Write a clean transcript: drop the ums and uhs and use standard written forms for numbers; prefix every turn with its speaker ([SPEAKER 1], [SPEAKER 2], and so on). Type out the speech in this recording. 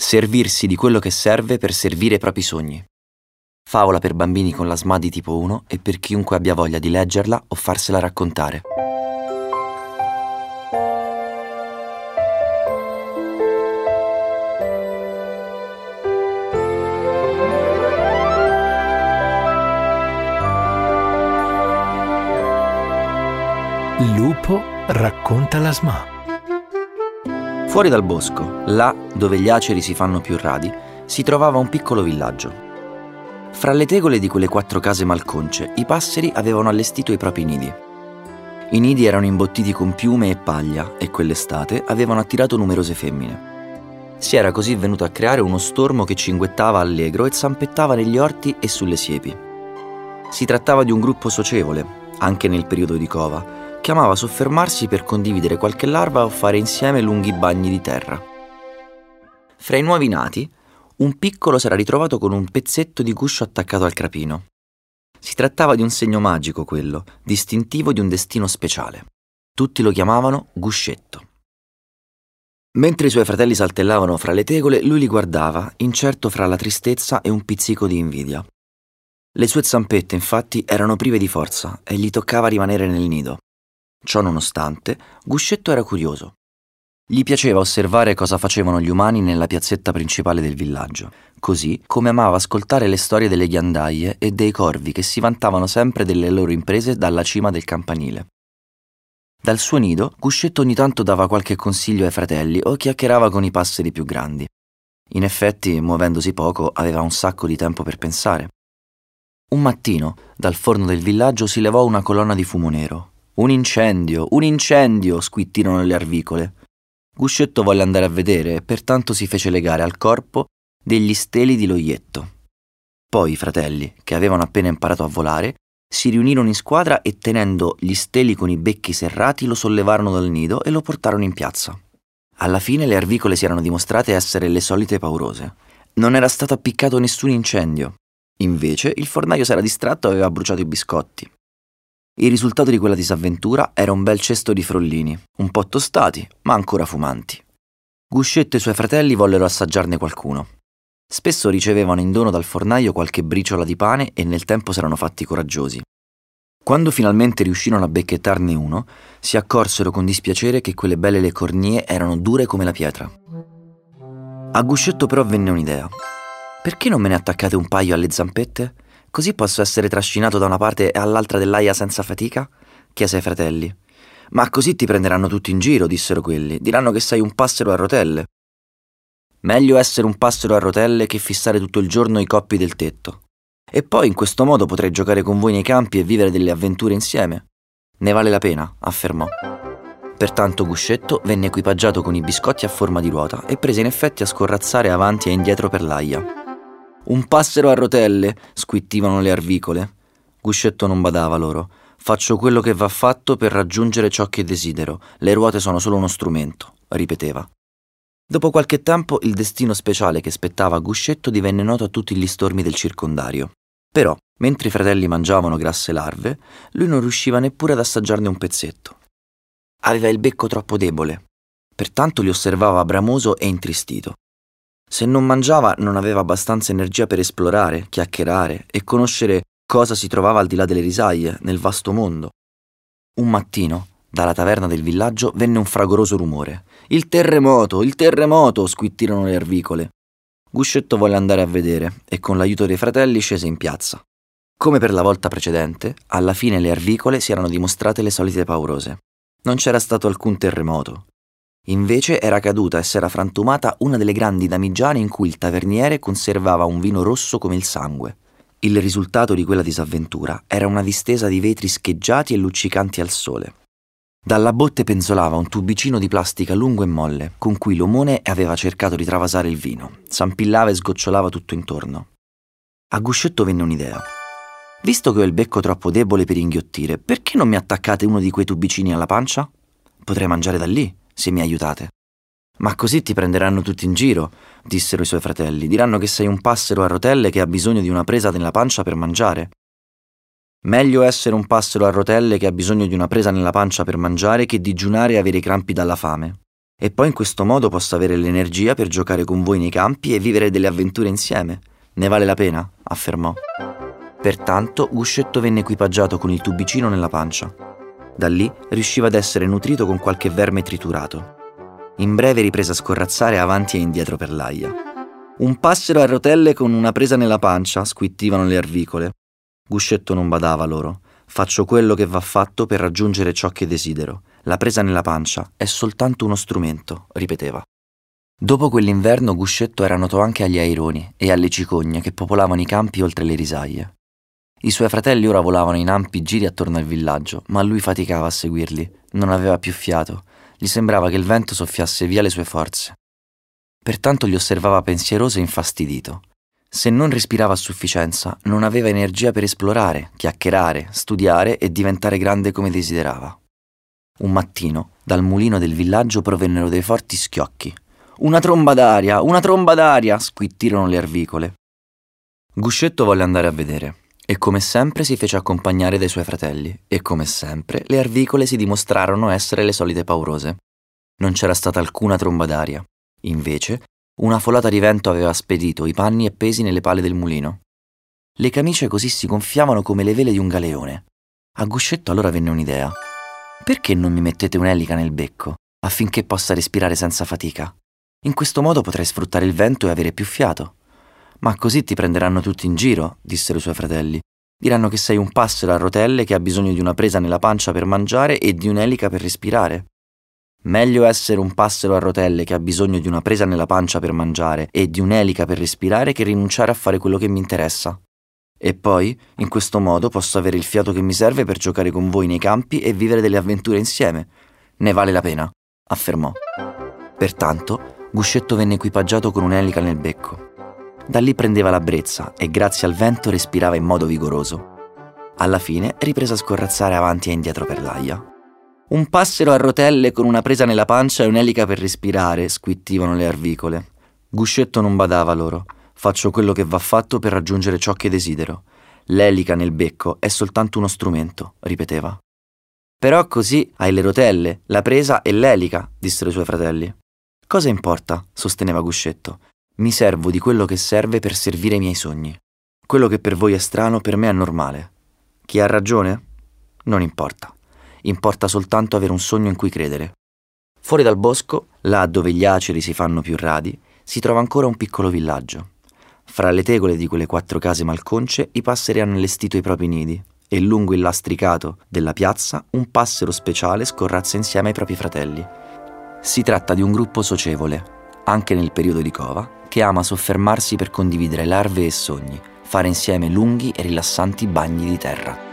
[SPEAKER 1] Servirsi di quello che serve per servire i propri sogni. Favola per bambini con la SMA di tipo 1 e per chiunque abbia voglia di leggerla o farsela raccontare.
[SPEAKER 2] Lupo racconta la SMA.
[SPEAKER 1] Fuori dal bosco, là dove gli aceri si fanno più radi, si trovava un piccolo villaggio. Fra le tegole di quelle 4 case malconce, i passeri avevano allestito i propri nidi. I nidi erano imbottiti con piume e paglia e quell'estate avevano attirato numerose femmine. Si era così venuto a creare uno stormo che cinguettava allegro e zampettava negli orti e sulle siepi. Si trattava di un gruppo socievole, anche nel periodo di cova, che amava soffermarsi per condividere qualche larva o fare insieme lunghi bagni di terra. Fra i nuovi nati, un piccolo s'era ritrovato con un pezzetto di guscio attaccato al crapino. Si trattava di un segno magico quello, distintivo di un destino speciale. Tutti lo chiamavano Guscetto. Mentre i suoi fratelli saltellavano fra le tegole, lui li guardava, incerto fra la tristezza e un pizzico di invidia. Le sue zampette, infatti, erano prive di forza e gli toccava rimanere nel nido. Ciò nonostante, Guscetto era curioso. Gli piaceva osservare cosa facevano gli umani nella piazzetta principale del villaggio, così come amava ascoltare le storie delle ghiandaie e dei corvi che si vantavano sempre delle loro imprese dalla cima del campanile. Dal suo nido, Guscetto ogni tanto dava qualche consiglio ai fratelli o chiacchierava con i passeri più grandi. In effetti, muovendosi poco, aveva un sacco di tempo per pensare. Un mattino, dal forno del villaggio si levò una colonna di fumo nero. Un incendio! Squittirono le arvicole. Guscetto volle andare a vedere e pertanto si fece legare al corpo degli steli di loietto. Poi i fratelli, che avevano appena imparato a volare, si riunirono in squadra e tenendo gli steli con i becchi serrati lo sollevarono dal nido e lo portarono in piazza. Alla fine le arvicole si erano dimostrate essere le solite paurose. Non era stato appiccato nessun incendio. Invece il fornaio s'era distratto e aveva bruciato i biscotti. Il risultato di quella disavventura era un bel cesto di frollini, un po' tostati, ma ancora fumanti. Guscetto e i suoi fratelli vollero assaggiarne qualcuno. Spesso ricevevano in dono dal fornaio qualche briciola di pane e nel tempo s'erano fatti coraggiosi. Quando finalmente riuscirono a becchettarne uno, si accorsero con dispiacere che quelle belle le cornie erano dure come la pietra. A Guscetto però venne un'idea. Perché non me ne attaccate un paio alle zampette? Così posso essere trascinato da una parte e all'altra dell'aia senza fatica? Chiese ai fratelli. Ma così ti prenderanno tutti in giro, dissero quelli. Diranno che sei un passero a rotelle. Meglio essere un passero a rotelle che fissare tutto il giorno i coppi del tetto. E poi in questo modo potrei giocare con voi nei campi e vivere delle avventure insieme. Ne vale la pena, affermò. Pertanto Guscetto venne equipaggiato con i biscotti a forma di ruota e prese in effetti a scorrazzare avanti e indietro per l'aia. Un passero a rotelle, squittivano le arvicole. Guscetto non badava loro. Faccio quello che va fatto per raggiungere ciò che desidero. Le ruote sono solo uno strumento, ripeteva. Dopo qualche tempo il destino speciale che spettava a Guscetto divenne noto a tutti gli stormi del circondario. Però, mentre i fratelli mangiavano grasse larve, lui non riusciva neppure ad assaggiarne un pezzetto. Aveva il becco troppo debole, pertanto li osservava bramoso e intristito. Se non mangiava non aveva abbastanza energia per esplorare, chiacchierare e conoscere cosa si trovava al di là delle risaie, nel vasto mondo. Un mattino, dalla taverna del villaggio venne un fragoroso rumore. Il terremoto! Squittirono le arvicole. Guscetto volle andare a vedere e con l'aiuto dei fratelli scese in piazza. Come per la volta precedente, alla fine le arvicole si erano dimostrate le solite paurose. Non c'era stato alcun terremoto. Invece era caduta e s'era frantumata una delle grandi damigiane in cui il taverniere conservava un vino rosso come il sangue. Il risultato di quella disavventura era una distesa di vetri scheggiati e luccicanti al sole. Dalla botte penzolava un tubicino di plastica lungo e molle, con cui l'omone aveva cercato di travasare il vino. S'ampillava e sgocciolava tutto intorno. A Guscetto venne un'idea. Visto che ho il becco troppo debole per inghiottire, perché non mi attaccate uno di quei tubicini alla pancia? Potrei mangiare da lì, se mi aiutate. Ma così ti prenderanno tutti in giro, dissero i suoi fratelli. Diranno che sei un passero a rotelle che ha bisogno di una presa nella pancia per mangiare. Meglio essere un passero a rotelle che ha bisogno di una presa nella pancia per mangiare che digiunare e avere i crampi dalla fame. E poi in questo modo posso avere l'energia per giocare con voi nei campi e vivere delle avventure insieme. Ne vale la pena? Affermò. Pertanto Guscetto venne equipaggiato con il tubicino nella pancia. Da lì riusciva ad essere nutrito con qualche verme triturato. In breve riprese a scorrazzare avanti e indietro per l'aia. Un passero a rotelle con una presa nella pancia, squittivano le arvicole. Guscetto non badava loro. Faccio quello che va fatto per raggiungere ciò che desidero. La presa nella pancia è soltanto uno strumento, ripeteva. Dopo quell'inverno Guscetto era noto anche agli aironi e alle cicogne che popolavano i campi oltre le risaie. I suoi fratelli ora volavano in ampi giri attorno al villaggio, ma lui faticava a seguirli, non aveva più fiato, gli sembrava che il vento soffiasse via le sue forze. Pertanto li osservava pensieroso e infastidito. Se non respirava a sufficienza, non aveva energia per esplorare, chiacchierare, studiare e diventare grande come desiderava. Un mattino, dal mulino del villaggio provennero dei forti schiocchi. Una tromba d'aria! Una tromba d'aria! Squittirono le arvicole. Guscetto volle andare a vedere. E come sempre si fece accompagnare dai suoi fratelli, e come sempre le arvicole si dimostrarono essere le solite paurose. Non c'era stata alcuna tromba d'aria. Invece, una folata di vento aveva spedito i panni appesi nelle pale del mulino. Le camicie così si gonfiavano come le vele di un galeone. A Guscetto allora venne un'idea. Perché non mi mettete un'elica nel becco, affinché possa respirare senza fatica? In questo modo potrei sfruttare il vento e avere più fiato. Ma così ti prenderanno tutti in giro, dissero i suoi fratelli. Diranno che sei un passero a rotelle che ha bisogno di una presa nella pancia per mangiare e di un'elica per respirare. Meglio essere un passero a rotelle che ha bisogno di una presa nella pancia per mangiare e di un'elica per respirare che rinunciare a fare quello che mi interessa. E poi, in questo modo, posso avere il fiato che mi serve per giocare con voi nei campi e vivere delle avventure insieme. Ne vale la pena, affermò. Pertanto, Guscetto venne equipaggiato con un'elica nel becco. Da lì prendeva la brezza e grazie al vento respirava in modo vigoroso. Alla fine riprese a scorrazzare avanti e indietro per l'aia. Un passero a rotelle con una presa nella pancia e un'elica per respirare, squittivano le arvicole. Guscetto non badava loro. Faccio quello che va fatto per raggiungere ciò che desidero. L'elica nel becco è soltanto uno strumento, ripeteva. Però così hai le rotelle, la presa e l'elica, dissero i suoi fratelli. Cosa importa? Sosteneva Guscetto. Mi servo di quello che serve per servire i miei sogni. Quello che per voi è strano, per me è normale. Chi ha ragione? Non importa. Importa soltanto avere un sogno in cui credere. Fuori dal bosco, là dove gli aceri si fanno più radi, si trova ancora un piccolo villaggio. Fra le tegole di quelle 4 case malconce i passeri hanno allestito i propri nidi e lungo il lastricato della piazza un passero speciale scorrazza insieme ai propri fratelli. Si tratta di un gruppo socievole, anche nel periodo di cova, che ama soffermarsi per condividere larve e sogni, fare insieme lunghi e rilassanti bagni di terra.